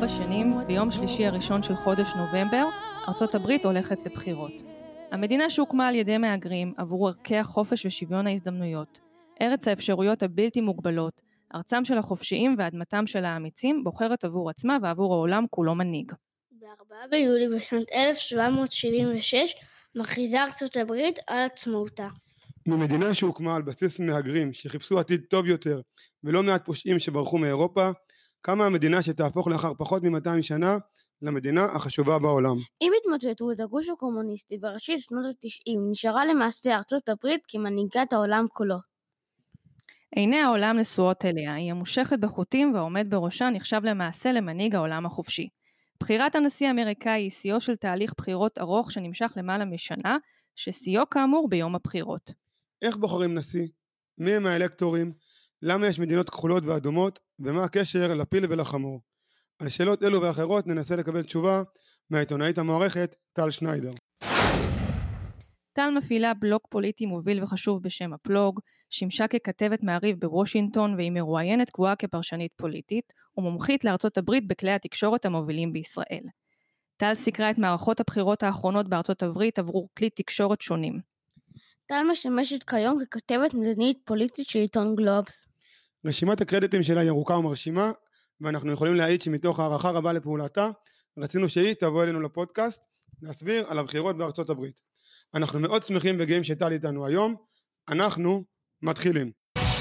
4 שנים, ביום שלישי הראשון של חודש נובמבר, ארצות הברית הולכת לבחירות. המדינה שהוקמה על ידי מהגרים עבור ערכי החופש ושוויון ההזדמנויות, ארץ האפשרויות הבלתי מוגבלות, ארצם של החופשיים ואדמתם של האמיצים, בוחרת עבור עצמה ועבור העולם כולו מנהיג. ב-4 ביולי בשנת 1776 מכריזה ארצות הברית על עצמאותה. ממדינה שהוקמה על בסיס מהגרים שחיפשו עתיד טוב יותר ולא מעט פושעים שברחו מאירופה, קמה המדינה שתהפוך לאחר פחות מ-200 שנה למדינה החשובה בעולם. עם התמוטטות הגוש הקומוניסטי בראשית שנות ה-90 נשארה למעשה ארצות הברית כמנהיגת העולם כולו. עיני העולם נשואות אליה, היא המושכת בחוטים והעומד בראשה נחשב למעשה למנהיג העולם החופשי. בחירת הנשיא האמריקאי היא שיאו של תהליך בחירות ארוך שנמשך למעלה משנה, ששיאו כאמור ביום הבחירות. איך בוחרים נשיא? מי הם האלקטורים? למה יש מדינות כחולות ואדומות? ומה הקשר לפיל ולחמור? על שאלות אלו ואחרות ננסה לקבל תשובה מהעיתונאית המוערכת טל שניידר. טל מפעילה בלוג פוליטי מוביל וחשוב בשם הפלוג, שימשה ככתבת מעריב בוושינגטון והיא מרואיינת קבועה כפרשנית פוליטית ומומחית לארצות הברית בכלי התקשורת המובילים בישראל. טל סיקרה את מערכות הבחירות האחרונות בארצות הברית עבור כלי תקשורת שונים. טל משמשת כיום ככתבת מדינית פוליטית של עיתון גלובס. רשימת הקרדיטים שלה ירוקה ומרשימה, ואנחנו יכולים להעיד שמתוך הערכה רבה לפעולתה, רצינו שהיא תבוא אלינו לפודקאסט להסביר על הבחירות בארצות הברית. אנחנו מאוד שמחים וגאים שטל איתנו היום, אנחנו מתחילים.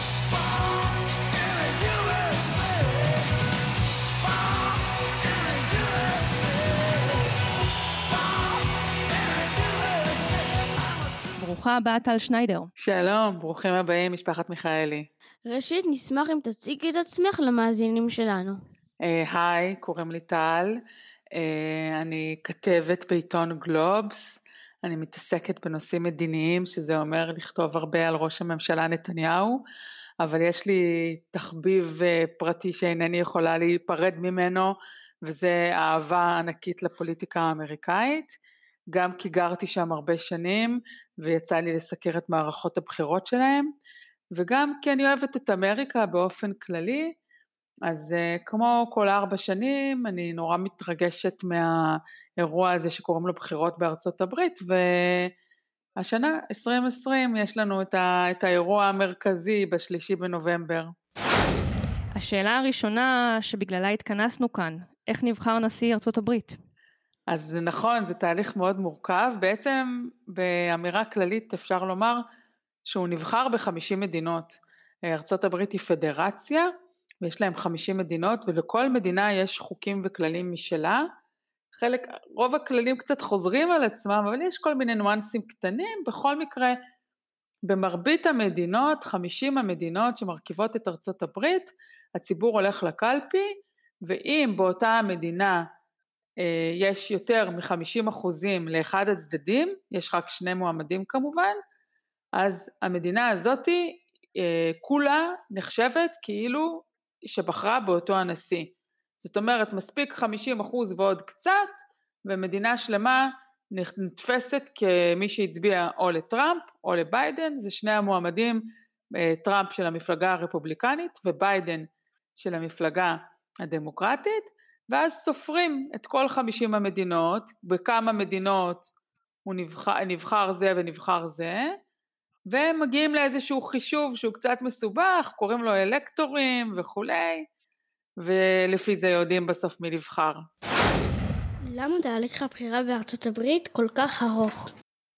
ברוכה הבאה טל שניידר. שלום, ברוכים הבאים משפחת מיכאלי. ראשית נשמח אם תציגי את עצמך למאזינים שלנו. היי, קוראים לי טל, אני כתבת בעיתון גלובס, אני מתעסקת בנושאים מדיניים, שזה אומר לכתוב הרבה על ראש הממשלה נתניהו, אבל יש לי תחביב פרטי שאינני יכולה להיפרד ממנו, וזה אהבה ענקית לפוליטיקה האמריקאית, גם כי גרתי שם הרבה שנים, ויצא לי לסקר את מערכות הבחירות שלהם, וגם כי אני אוהבת את אמריקה באופן כללי, אז כמו כל 4 שנים, אני נורא מתרגשת מהאירוע הזה שקוראים לו בחירות בארצות הברית, והשנה, 2020, יש לנו את האירוע המרכזי ב3 בנובמבר. השאלה הראשונה שבגללה התכנסנו כאן, איך נבחר נשיא ארצות הברית? אז נכון, זה תהליך מאוד מורכב, בעצם באמירה כללית אפשר לומר שהוא נבחר ב50 מדינות, ארצות הברית היא פדרציה, ויש להם 50 מדינות, ולכל מדינה יש חוקים וכללים משלה, רוב הכללים קצת חוזרים על עצמם, אבל יש כל מיני ניואנסים קטנים, בכל מקרה, במרבית המדינות, 50 המדינות שמרכיבות את ארצות הברית, הציבור הולך לקלפי, ואם באותה המדינה יש יותר מ50% לאחד הצדדים, יש רק 2 מועמדים כמובן, אז המדינה הזאת כולה נחשבת כאילו שבחרה באותו הנשיא. זאת אומרת, מספיק 50% ועוד קצת, ומדינה שלמה נתפסת כמי שהצביע או לטראמפ או לביידן, זה 2 המועמדים, טראמפ של המפלגה הרפובליקנית וביידן של המפלגה הדמוקרטית, ואז סופרים את כל 50 המדינות, בכמה מדינות הוא נבחר זה ונבחר זה, ומגיעים לאיזשהו חישוב שהוא קצת מסובך, קוראים לו אלקטורים וכולי, ולפי זה יודעים בסוף מי לבחר. למה תהליך הבחירה בארצות הברית כל כך ארוך?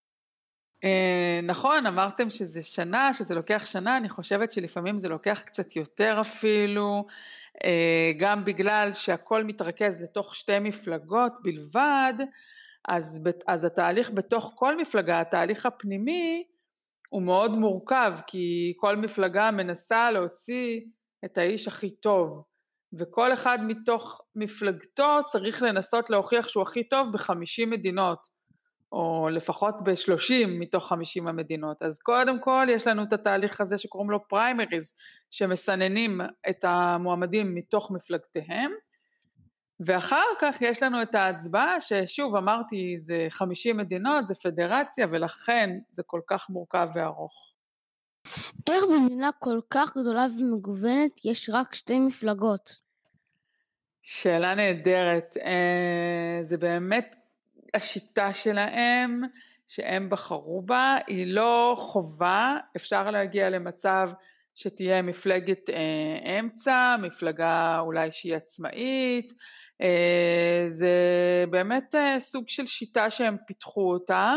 נכון, אמרתם שזה שנה, שזה לוקח שנה, אני חושבת שלפעמים זה לוקח קצת יותר אפילו, גם בגלל שהכל מתרכז לתוך 2 מפלגות בלבד, אז התהליך בתוך כל מפלגה, התהליך הפנימי, הוא מאוד מורכב, כי כל מפלגה מנסה להוציא את האיש הכי טוב, וכל אחד מתוך מפלגתו צריך לנסות להוכיח שהוא הכי טוב ב50 מדינות, או לפחות ב30 מתוך 50 המדינות. אז קודם כל יש לנו את התהליך הזה שקוראים לו פריימריז, שמסננים את המועמדים מתוך מפלגתיהם, ואחר כך יש לנו את ההצבעה, ששוב אמרתי זה 50 מדינות, זה פדרציה, ולכן זה כל כך מורכב וארוך. איך במדינה כל כך גדולה ומגוונת יש רק 2 מפלגות? שאלה נהדרת. זה באמת השיטה שלהם, שהם בחרו בה, היא לא חובה, אפשר להגיע למצב שתהיה מפלגת אמצע, מפלגה אולי שהיא עצמאית, זה באמת סוג של שיטה שהם פיתחו אותה,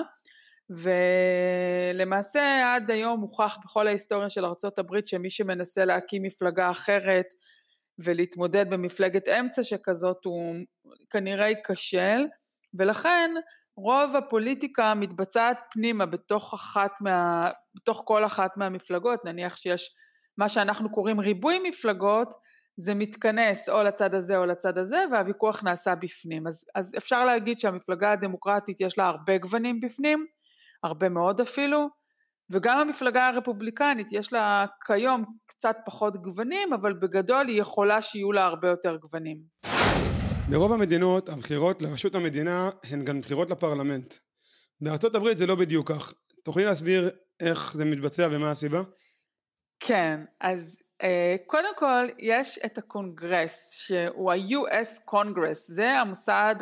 ולמעשה עד היום מוכח בכל ההיסטוריה של ארצות הברית, שמי שמנסה להקים מפלגה אחרת, ולהתמודד במפלגת אמצע שכזאת, הוא כנראה ייכשל, ולכן רוב הפוליטיקה מתבצעת פנימה בתוך כל אחת מהמפלגות, נניח שיש מה שאנחנו קוראים ריבוי מפלגות, זה מתכנס או לצד הזה או לצד הזה, והוויכוח נעשה בפנים. אז אפשר להגיד שהמפלגה הדמוקרטית יש לה הרבה גוונים בפנים, הרבה מאוד אפילו, וגם המפלגה הרפובליקנית יש לה כיום קצת פחות גוונים, אבל בגדול היא יכולה שיהיו לה הרבה יותר גוונים. ברוב המדינות הבחירות לראשות המדינה הן גם בחירות לפרלמנט. בארצות הברית זה לא בדיוק כך. תוכלי להסביר איך זה מתבצע ומה הסיבה? כן, אז קודם כל יש את הקונגרס שהוא ה-US Congress, זה המוסד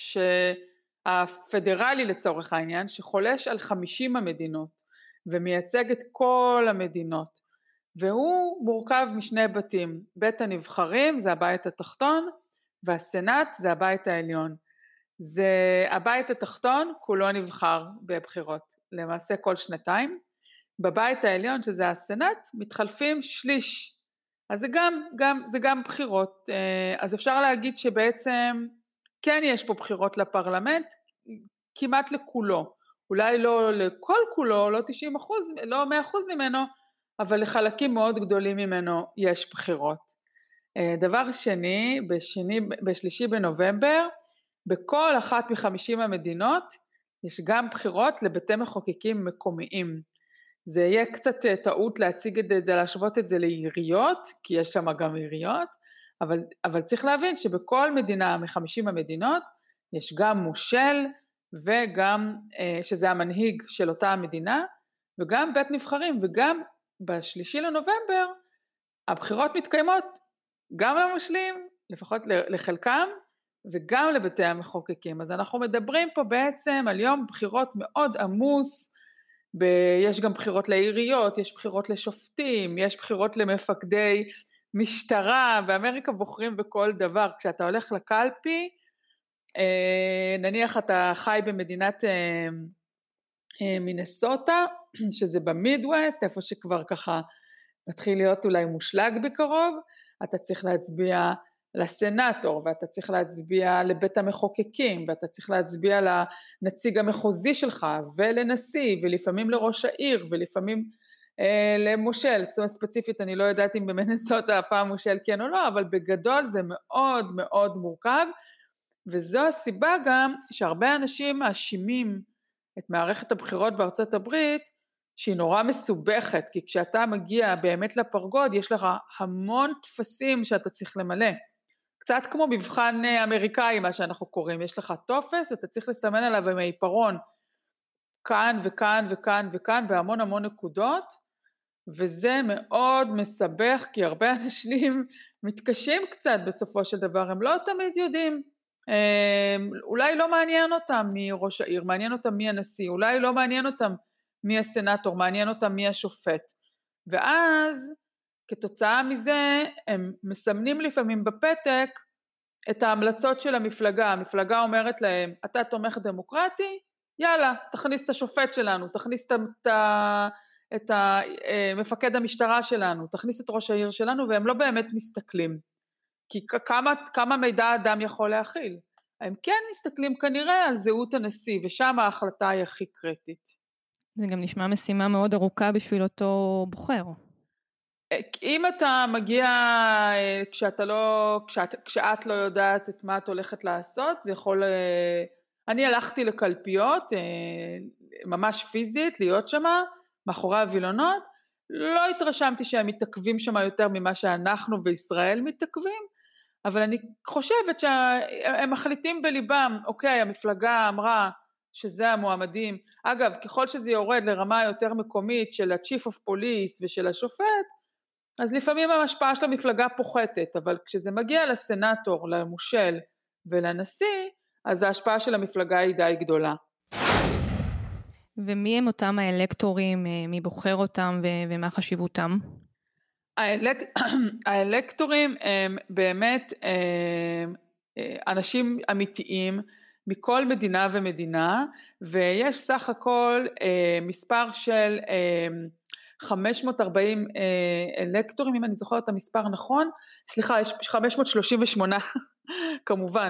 הפדרלי לצורך העניין שחולש על 50 המדינות ומייצג את כל המדינות, והוא מורכב משני בתים, בית הנבחרים זה הבית התחתון והסנאט זה הבית העליון. זה הבית התחתון כולו נבחר בבחירות, למעשה כל שנתיים. בבית העליון שזה הסנאט מתחלפים שליש, אז זה גם בחירות. אז אפשר להגיד שבעצם כן יש פה בחירות לפרלמנט כמעט לכולו, אולי לא לכל כולו, לא 90%, לא 100% ממנו, אבל לחלקים מאוד גדולים ממנו יש בחירות. דבר שני, בשלישי בנובמבר, בכל אחת מ50 המדינות יש גם בחירות לבתי מחוקקים מקומיים. זה יהיה קצת טעות להציג את זה, להשוות את זה לעיריות, כי יש שם גם עיריות, אבל צריך להבין שבכל מדינה מ50 המדינות יש גם מושל, וגם שזה המנהיג של אותה המדינה, וגם בית נבחרים, וגם בשלישי לנובמבר, הבחירות מתקיימות גם למושלים, לפחות לחלקם, וגם לבתי המחוקקים. אז אנחנו מדברים פה בעצם על יום בחירות מאוד עמוס, יש גם בחירות לעיריות, יש בחירות לשופטים, יש בחירות למפקדי משטרה, באמריקה בוחרים בכל דבר. כשאתה הולך לקלפי, נניח אתה חי במדינת מינסוטה, שזה במידווסט, איפה שכבר ככה מתחיל להיות אולי מושלג בקרוב, אתה צריך להצביע לסנאטור, ואתה צריך להצביע לבית המחוקקים, ואתה צריך להצביע לנציג המחוזי שלך, ולנשיא, ולפעמים לראש העיר, ולפעמים למושל. ספציפית אני לא יודעת אם במינסוטה הפעם מושל כן או לא, אבל בגדול זה מאוד מאוד מורכב, וזו הסיבה גם שהרבה אנשים מאשימים את מערכת הבחירות בארצות הברית, שהיא נורא מסובכת, כי כשאתה מגיע באמת לפרגוד, יש לך המון תפסים שאתה צריך למלא. קצת כמו מבחן אמריקאי, מה שאנחנו קוראים, יש לך טופס, ואתה צריך לסמן עליו עם העיפרון, כאן וכאן וכאן וכאן, בהמון המון נקודות, וזה מאוד מסבך, כי הרבה אנשים מתקשים קצת בסופו של דבר, הם לא תמיד יודעים, אולי לא מעניין אותם מי ראש העיר, מעניין אותם מי הנשיא, אולי לא מעניין אותם מי הסנאטור, מעניין אותם מי השופט, ואז כתוצאה מזה הם מסמנים לפעמים בפתק את ההמלצות של המפלגה, המפלגה אומרת להם, אתה תומך דמוקרטי, יאללה, תכניס את השופט שלנו, תכניס את מפקד המשטרה שלנו, תכניס את ראש העיר שלנו, והם לא באמת מסתכלים, כי כמה מידע אדם יכול להכיל, הם כן מסתכלים כנראה על זהות הנשיא, ושם ההחלטה היא הכי קריטית. זה גם נשמע משימה מאוד ארוכה בשביל אותו בוחר. אם אתה מגיע כשאת לא יודעת את מה את הולכת לעשות, זה יכול, אני הלכתי לקלפיות, ממש פיזית, להיות שמה, מאחורי הווילונות, לא התרשמתי שהם מתעכבים שמה יותר ממה שאנחנו בישראל מתעכבים, אבל אני חושבת שהם מחליטים בליבם, אוקיי, המפלגה אמרה שזה המועמדים, אגב, ככל שזה יורד לרמה יותר מקומית של ה-Chief of Police ושל השופט, אז לפעמים ההשפעה של המפלגה פוחתת, אבל כשזה מגיע לסנאטור, למושל ולנשיא, אז ההשפעה של המפלגה היא די גדולה. ומי הם אותם האלקטורים, מי בוחר אותם ומה חשיבותם? האלקטורים הם באמת אנשים אמיתיים מכל מדינה ומדינה, ויש סך הכל מספר של 540 אלקטורים, אם אני זוכרת את המספר נכון, סליחה, יש 538 כמובן,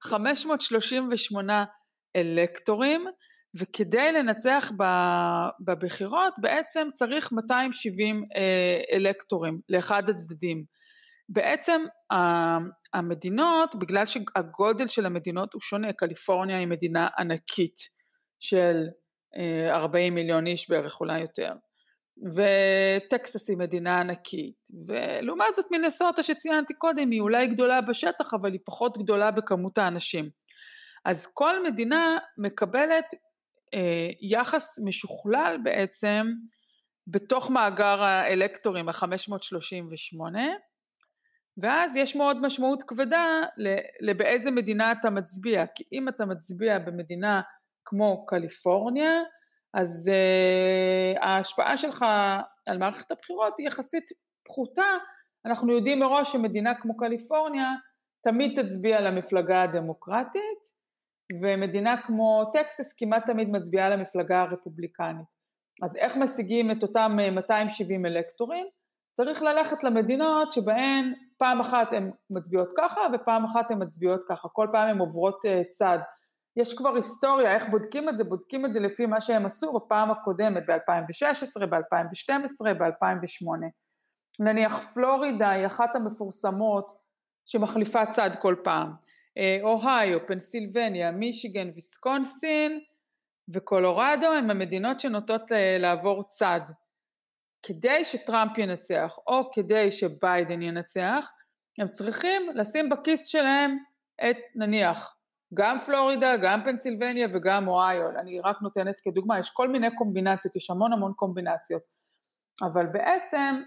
538 אלקטורים, וכדי לנצח בבחירות בעצם צריך 270 אלקטורים לאחד הצדדים. בעצם המדינות, בגלל שהגודל של המדינות הוא שונה, קליפורניה היא מדינה ענקית של 40 מיליון איש בערך אולי יותר, וטקסס היא מדינה ענקית, ולעומת זאת מינסוטה שציינתי קודם היא אולי גדולה בשטח אבל היא פחות גדולה בכמות האנשים. אז כל מדינה מקבלת יחס משוכלל בעצם בתוך מאגר האלקטורים ה-538, ואז יש מאוד משמעות כבדה באיזה מדינה אתה מצביע, כי אם אתה מצביע במדינה כמו קליפורניה, אז ההשפעה שלך על מערכת הבחירות היא יחסית פחותה. אנחנו יודעים מראש שמדינה כמו קליפורניה תמיד תצביע למפלגה הדמוקרטית, ומדינה כמו טקסס כמעט תמיד מצביעה למפלגה הרפובליקנית. אז איך משיגים את אותם 270 אלקטורים? צריך ללכת למדינות שבהן פעם אחת הן מצביעות ככה ופעם אחת הן מצביעות ככה, כל פעם הן עוברות צד. יש כבר היסטוריה, איך בודקים את זה? בודקים את זה לפי מה שהם עשו בפעם הקודמת, ב-2016, ב-2012, ב-2008. נניח פלורידה היא אחת המפורסמות שמחליפה צד כל פעם. אוהיו, פנסילבניה, מישיגן, ויסקונסין וקולורדו הם המדינות שנוטות לעבור צד. כדי שטראמפ ינצח או כדי שביידן ינצח, הם צריכים לשים בכיס שלהם את נניח גם פלורידה, גם פנסילבניה וגם אוהיו. אני רק נותנת כדוגמה, יש כל מיני קומבינציות, יש המון קומבינציות. אבל בעצם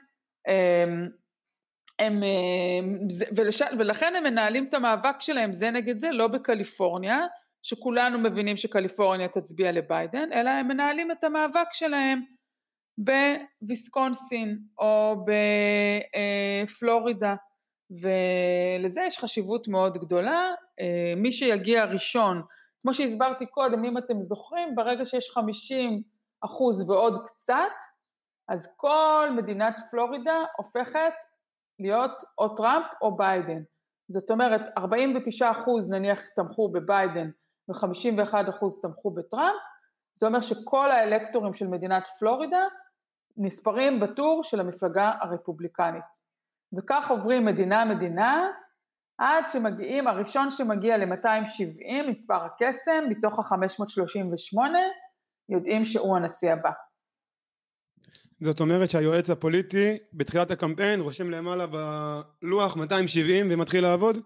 ולכן הם מנהלים את המאבק שלהם זה נגד זה, לא בקליפורניה, שכולנו מבינים שקליפורניה תצביע לביידן, אלא הם מנהלים את המאבק שלהם בוויסקונסין או בפלורידה, ולזה יש חשיבות מאוד גדולה. מי שיגיע ראשון, כמו שהסברתי קודם, אם אתם זוכרים, ברגע שיש 50% ועוד קצת, אז כל מדינת פלורידה הופכת להיות או טראמפ או ביידן. זאת אומרת, 49% נניח תמכו בביידן ו51% תמכו בטראמפ, זה אומר שכל האלקטורים של מדינת פלורידה נספרים בטור של המפלגה הרפובליקנית. וכך עוברים מדינה, עד שמגיעים, הראשון שמגיע ל-270, מספר הקסם, מתוך ה-538, יודעים שהוא הנשיא הבא. זאת אומרת שהיועץ הפוליטי בתחילת הקמפיין רושם למעלה בלוח 270 ומתחיל לעבוד?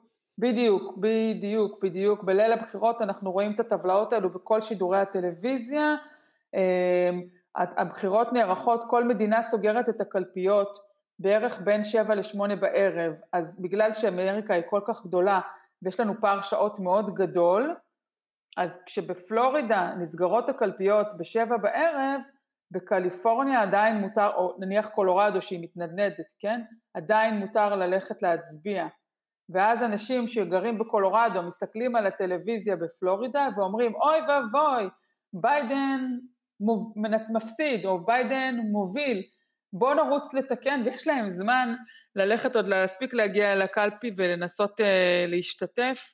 בדיוק. בליל הבחירות אנחנו רואים את הטבלאות האלו בכל שידורי הטלוויזיה. הבחירות נערכות, כל מדינה סוגרת את הקלפיות בערך בין 7 ל-8 בערב, אז בגלל שאמריקה היא כל כך גדולה ויש לנו פער שעות מאוד גדול, אז כשבפלורידה נסגרות הקלפיות ב-7 בערב, בקליפורניה עדיין מותר, או נניח קולורדו שהיא מתנדנדת, כן? עדיין מותר ללכת להצביע. ואז אנשים שגרים בקולורדו מסתכלים על הטלוויזיה בפלורידה ואומרים, אוי ואבוי, ביידן מפסיד, או ביידן מוביל, בוא נרוץ לתקן, ויש להם זמן ללכת עוד להספיק להגיע לקלפי ולנסות להשתתף,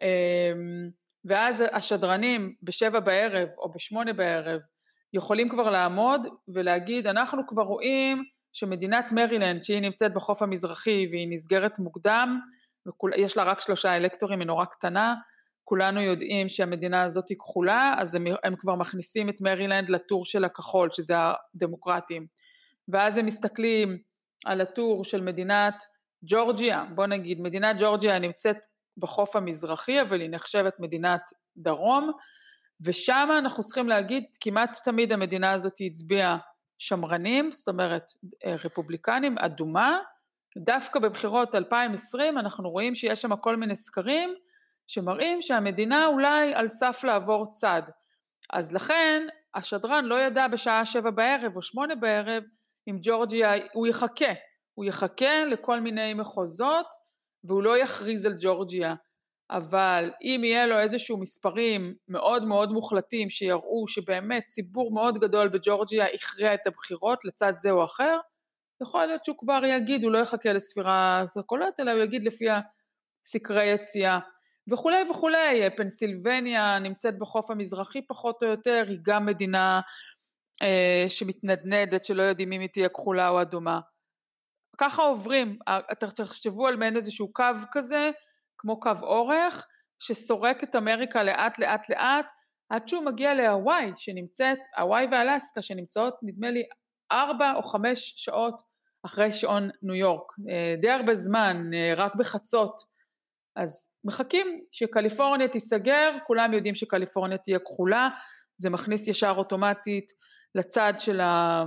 ואז השדרנים ב7 בערב או ב8 בערב, יכולים כבר לעמוד ולהגיד, אנחנו כבר רואים שמדינת מרילנד, שהיא נמצאת בחוף המזרחי והיא נסגרת מוקדם, ויש לה רק 3 אלקטורים, היא נורא קטנה, כולנו יודעים שהמדינה הזאת היא כחולה, אז הם כבר מכניסים את מרילנד לטור של הכחול, שזה הדמוקרטים, ואז הם מסתכלים על הטור של מדינת ג'ורג'יה, בוא נגיד, מדינת ג'ורג'יה נמצאת בחוף המזרחי, אבל היא נחשבת מדינת דרום, ושם אנחנו צריכים להגיד, כמעט תמיד המדינה הזאת הצביעה שמרנים, זאת אומרת רפובליקנים, אדומה, דווקא בבחירות 2020 אנחנו רואים שיש שם כל מיני סקרים שמראים שהמדינה אולי על סף לעבור צד. אז לכן השדרן לא ידע בשעה 7 בערב או 8 בערב אם ג'ורג'יה, הוא יחכה לכל מיני מחוזות והוא לא יכריז על ג'ורג'יה. אבל אם יהיה לו איזשהו מספרים מאוד מאוד מוחלטים שיראו שבאמת ציבור מאוד גדול בג'ורג'יה הכריע את הבחירות לצד זה או אחר, יכול להיות שהוא כבר יגיד, הוא לא יחכה לספירה הקולות, אלא הוא יגיד לפי הסקרי יציאה, וכולי וכולי. פנסילבניה נמצאת בחוף המזרחי פחות או יותר, היא גם מדינה שמתנדנדת, שלא יודעים אם היא תהיה כחולה או אדומה. ככה עוברים, תחשבו על מעין איזשהו קו כזה, כמו קו אורך, שסורק את אמריקה לאט לאט לאט, עד שהוא מגיע להוואי, שנמצאת, הוואי ואלסקה, שנמצאות נדמה לי 4 או 5 שעות אחרי שעון ניו יורק, די הרבה זמן, רק בחצות. אז מחכים שקליפורניה תיסגר, כולם יודעים שקליפורניה תהיה כחולה, זה מכניס ישר אוטומטית לצד של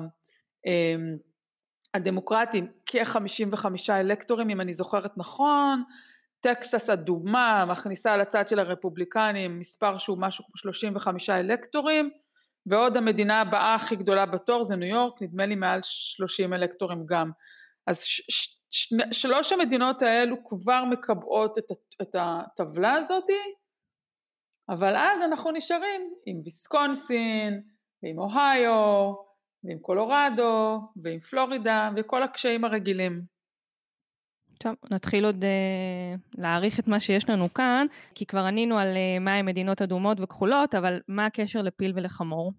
הדמוקרטים, כ-55 אלקטורים, אם אני זוכרת נכון, טקסס אדומה, מכניסה לצד של הרפובליקנים, מספר שהוא משהו כמו 35 אלקטורים, ועוד המדינה הבאה הכי גדולה בתור זה ניו יורק, נדמה לי מעל 30 אלקטורים גם. אז שלוש המדינות האלו כבר מקבעות את הטבלה הזאת, אבל אז אנחנו נשארים עם ויסקונסין, ועם אוהיו, ועם קולורדו, ועם פלורידה, וכל הקשיים הרגילים. טוב, נתחיל עוד להעריך את מה שיש לנו כאן, כי כבר ענינו על מהי מדינות אדומות וכחולות, אבל מה הקשר לפיל ולחמור?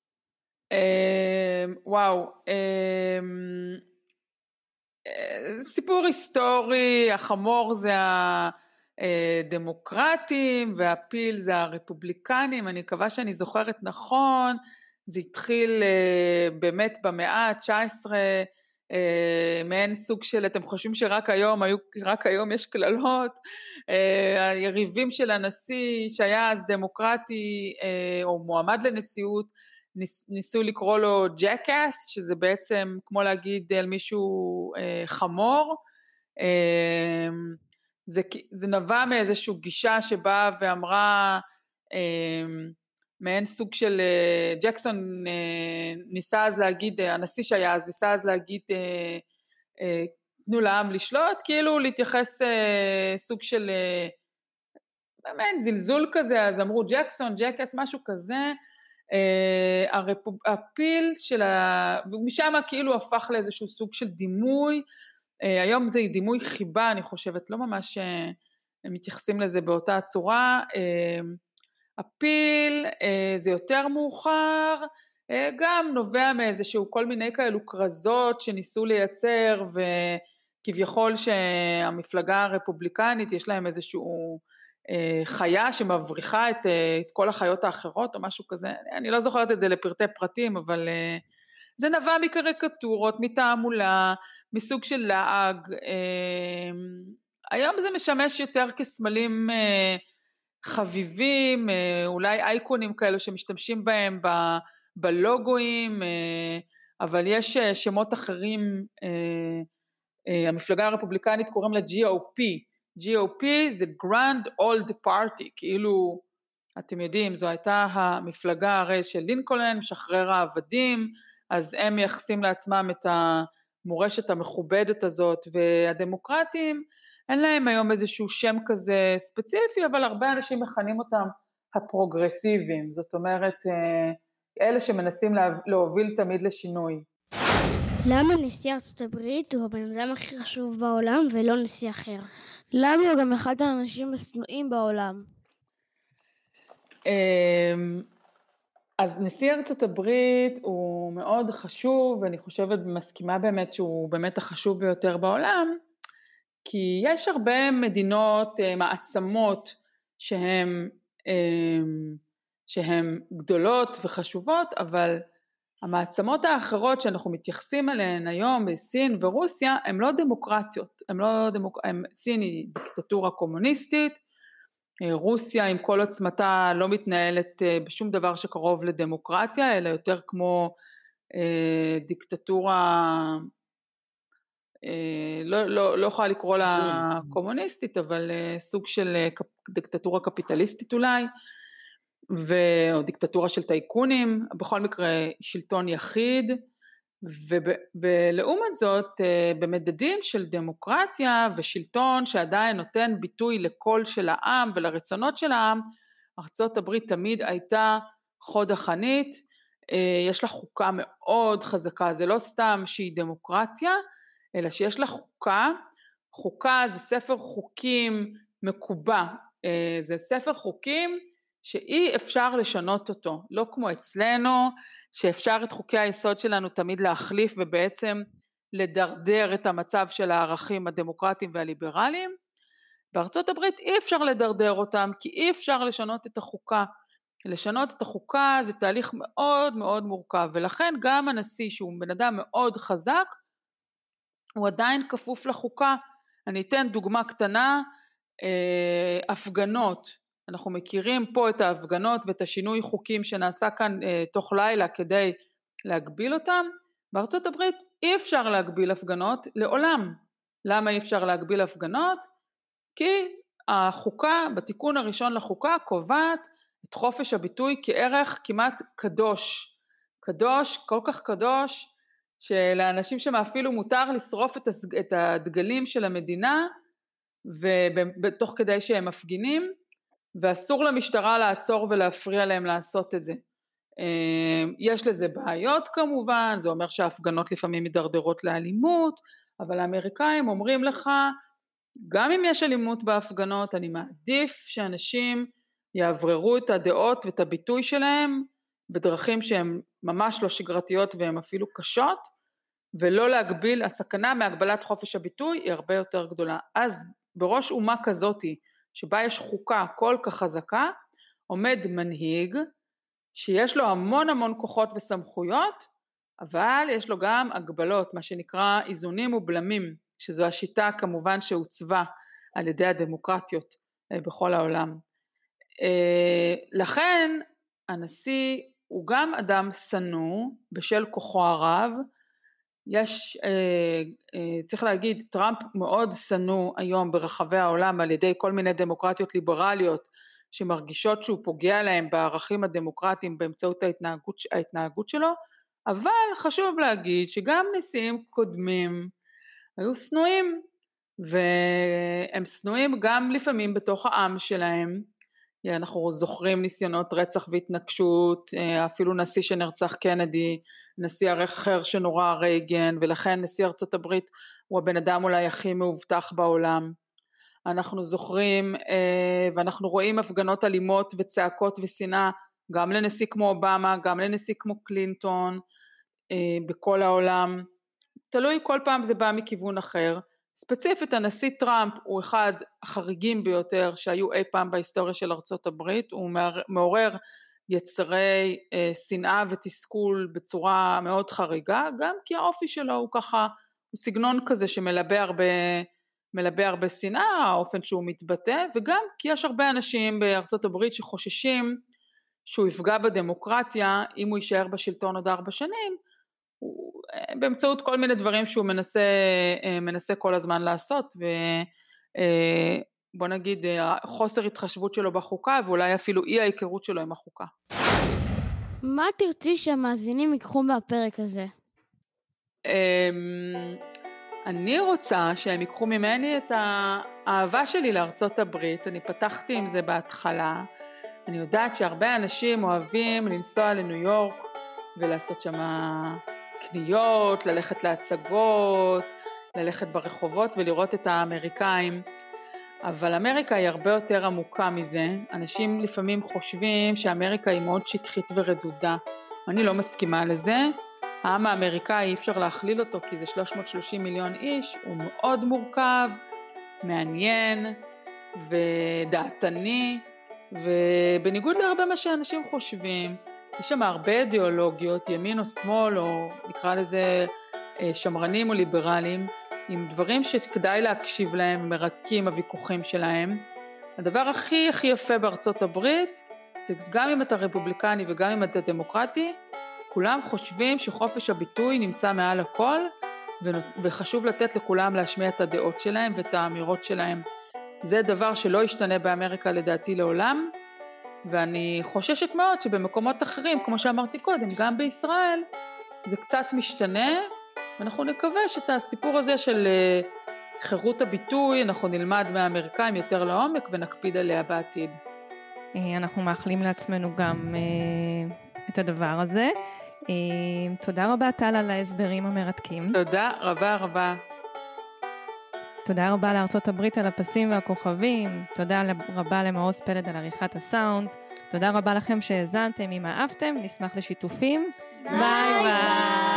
וואו, סיפור היסטורי, החמור זה הדמוקרטים, והפיל זה הרפובליקנים, אני מקווה שאני זוכרת נכון, זה התחיל באמת במאה ה-19, מעין סוג של, אתם חושבים שרק היום יש כללות, היריבים של הנשיא שהיה אז דמוקרטי או מועמד לנשיאות, ניסו לקרוא לו ג'קאס, שזה בעצם כמו להגיד על מישהו חמור, זה נבע מאיזושהי גישה שבאה ואמרה, מעין סוג של ג'קסון ניסה אז להגיד, הנשיא שהיה אז ניסה אז להגיד, תנו לעם לשלוט, כאילו להתייחס סוג של מעין זלזול כזה, אז אמרו ג'קסון, ג'קס, משהו כזה, הפיל של ומשם כאילו הפך לאיזשהו סוג של דימוי, היום זה דימוי חיבה אני חושבת, לא ממש מתייחסים לזה באותה הצורה, הפיל זה יותר מאוחר, גם נובע מאיזשהו כל מיני כאלו קרזות שניסו לייצר, וכביכול שהמפלגה הרפובליקנית יש להם איזשהו חיה שמבריחה את כל החיות האחרות או משהו כזה, אני לא זוכרת את זה לפרטי פרטים, אבל זה נבע מקריקטורות, מתעמולה, מסוג של לעג, היום זה משמש יותר כסמלים חביבים, אולי אייקונים כאלו שמשתמשים בהם בלוגויים, אבל יש שמות אחרים, המפלגה הרפובליקנית קוראים לה GOP, GOP זה Grand Old Party, כאילו אתם יודעים, זו הייתה המפלגה הרי של לינקולן, משחרר העבדים, אז הם מייחסים לעצמם את המורשת המכובדת הזאת, והדמוקרטים, אין להם היום איזשהו שם כזה ספציפי, אבל הרבה אנשים מכנים אותם הפרוגרסיביים, זאת אומרת, אלה שמנסים להוביל תמיד לשינוי. למה נשיא ארצות הברית הוא הבן אדם הכי חשוב בעולם ולא נשיא אחר? למה הוא גם אחד האנשים השנואים בעולם? אז נשיא ארצות הברית הוא מאוד חשוב, ואני חושבת מסכימה באמת שהוא באמת החשוב ביותר בעולם, כי יש הרבה מדינות, מעצמות שהן גדולות וחשובות, אבל המעצמות האחרות שאנחנו מתייחסים אליהן היום בסין ורוסיה, הן לא דמוקרטיות, סין היא דיקטטורה קומוניסטית, רוסיה עם כל עוצמתה לא מתנהלת בשום דבר שקרוב לדמוקרטיה, אלא יותר כמו דיקטטורה, לא יכולה לקרוא לה קומוניסטית, אבל סוג של דיקטטורה קפיטליסטית אולי, או דיקטטורה של טייקונים, בכל מקרה שלטון יחיד, ולעומת זאת במדדים של דמוקרטיה ושלטון שעדיין נותן ביטוי לקול של העם ולרצונות של העם, ארצות הברית תמיד הייתה חוד החנית, יש לה חוקה מאוד חזקה, זה לא סתם שהיא דמוקרטיה, אלא שיש לה חוקה, חוקה זה ספר חוקים מקובע, זה ספר חוקים שאי אפשר לשנות אותו, לא כמו אצלנו, שאפשר את חוקי היסוד שלנו תמיד להחליף ובעצם לדרדר את המצב של הערכים הדמוקרטיים והליברליים, בארצות הברית אי אפשר לדרדר אותם, כי אי אפשר לשנות את החוקה, לשנות את החוקה זה תהליך מאוד מאוד מורכב, ולכן גם הנשיא שהוא בן אדם מאוד חזק, הוא עדיין כפוף לחוקה. אני אתן דוגמה קטנה, הפגנות, אנחנו מכירים פה את ההפגנות ואת השינוי חוקים שנעשה כאן תוך לילה כדי להגביל אותם, בארצות הברית אי אפשר להגביל הפגנות לעולם. למה אי אפשר להגביל הפגנות? כי החוקה, בתיקון הראשון לחוקה, קובעת את חופש הביטוי כערך כמעט קדוש, קדוש, כל כך קדוש, שלאנשים שם אפילו מותר לשרוף את הדגלים של המדינה, ובתוך כדי שהם מפגינים, ואסור למשטרה לעצור ולהפריע להם לעשות את זה. יש לזה בעיות כמובן, זה אומר שההפגנות לפעמים מדרדרות לאלימות, אבל האמריקאים אומרים לך, גם אם יש אלימות בהפגנות, אני מעדיף שאנשים יעבררו את הדעות ואת הביטוי שלהם, בדרכים שהן ממש לא שגרתיות והן אפילו קשות, ולא להגביל, הסכנה מהגבלת חופש הביטוי היא הרבה יותר גדולה. אז בראש אומה כזאתי, שבה יש חוקה כל כך חזקה, עומד מנהיג, שיש לו המון המון כוחות וסמכויות, אבל יש לו גם הגבלות, מה שנקרא איזונים ובלמים, שזו השיטה כמובן שהוצבה על ידי הדמוקרטיות בכל העולם. לכן הנשיא הוא גם אדם שנוא בשל כוחו הרב, צריך להגיד טראמפ מאוד שנוא היום ברחבי העולם על ידי כל מיני דמוקרטיות ליברליות שמרגישות שהוא פוגע להם בערכים הדמוקרטיים באמצעות ההתנהגות שלו, אבל חשוב להגיד שגם נשיאים קודמים היו שנואים, והם שנואים גם לפעמים בתוך העם שלהם, אנחנו זוכרים ניסיונות רצח והתנגשות, אפילו נשיא שנרצח קנדי, נשיא אחר שנורא רייגן, ולכן נשיא ארצות הברית הוא הבן אדם אולי הכי מאובטח בעולם. אנחנו זוכרים ואנחנו רואים הפגנות אלימות וצעקות ושנאה, גם לנשיא כמו אובמה, גם לנשיא כמו קלינטון, בכל העולם, תלוי כל פעם זה בא מכיוון אחר, ספציפית הנשיא טראמפ הוא אחד החריגים ביותר שהיו אי פעם בהיסטוריה של ארצות הברית, הוא מעורר יצרי שנאה ותסכול בצורה מאוד חריגה, גם כי האופי שלו הוא ככה, הוא סגנון כזה שמלבה הרבה שנאה, האופן שהוא מתבטא, וגם כי יש הרבה אנשים בארצות הברית שחוששים שהוא יפגע בדמוקרטיה אם הוא יישאר בשלטון עוד 4 שנים, באמצעות כל מיני דברים שהוא מנסה כל הזמן לעשות, ובוא נגיד חוסר התחשבות שלו בחוקה, ואולי אפילו אי ההיכרות שלו עם החוקה. מה תרצי שהמאזינים ייקחו מהפרק הזה? אני רוצה שהם ייקחו ממני את האהבה שלי לארצות הברית, אני פתחתי עם זה בהתחלה, אני יודעת שהרבה אנשים אוהבים לנסוע לניו יורק, ולעשות שם קניות, ללכת להצגות, ללכת ברחובות ולראות את האמריקאים, אבל אמריקה היא הרבה יותר עמוקה מזה, אנשים לפעמים חושבים שאמריקה היא מאוד שטחית ורדודה, אני לא מסכימה לזה, העם האמריקאי אי אפשר להכליל אותו כי זה 330 מיליון איש, הוא מאוד מורכב, מעניין ודעתני, ובניגוד להרבה מה שאנשים חושבים, יש שם הרבה אידיאולוגיות, ימין או שמאל, או נקרא לזה שמרנים או ליברלים, עם דברים שכדאי להקשיב להם, מרתקים הוויכוחים שלהם. הדבר הכי יפה בארצות הברית, זה גם אם אתה רפובליקני וגם אם אתה דמוקרטי, כולם חושבים שחופש הביטוי נמצא מעל הכל, וחשוב לתת לכולם להשמיע את הדעות שלהם ואת האמירות שלהם. זה דבר שלא ישתנה באמריקה לדעתי לעולם, ואני חוששת מאוד שבמקומות אחרים, כמו שאמרתי קודם, גם בישראל, זה קצת משתנה, ואנחנו נקווה שאת הסיפור הזה של חירות הביטוי, אנחנו נלמד מהאמריקאים יותר לעומק ונקפיד עליה בעתיד. אנחנו מאחלים לעצמנו גם את הדבר הזה. תודה רבה טל על ההסברים המרתקים. תודה רבה רבה. תודה רבה לארצות הברית על הפסים והכוכבים, תודה רבה למעוז פלד על עריכת הסאונד, תודה רבה לכם שהאזנתם, אם אהבתם, נשמח לשיתופים. ביי ביי.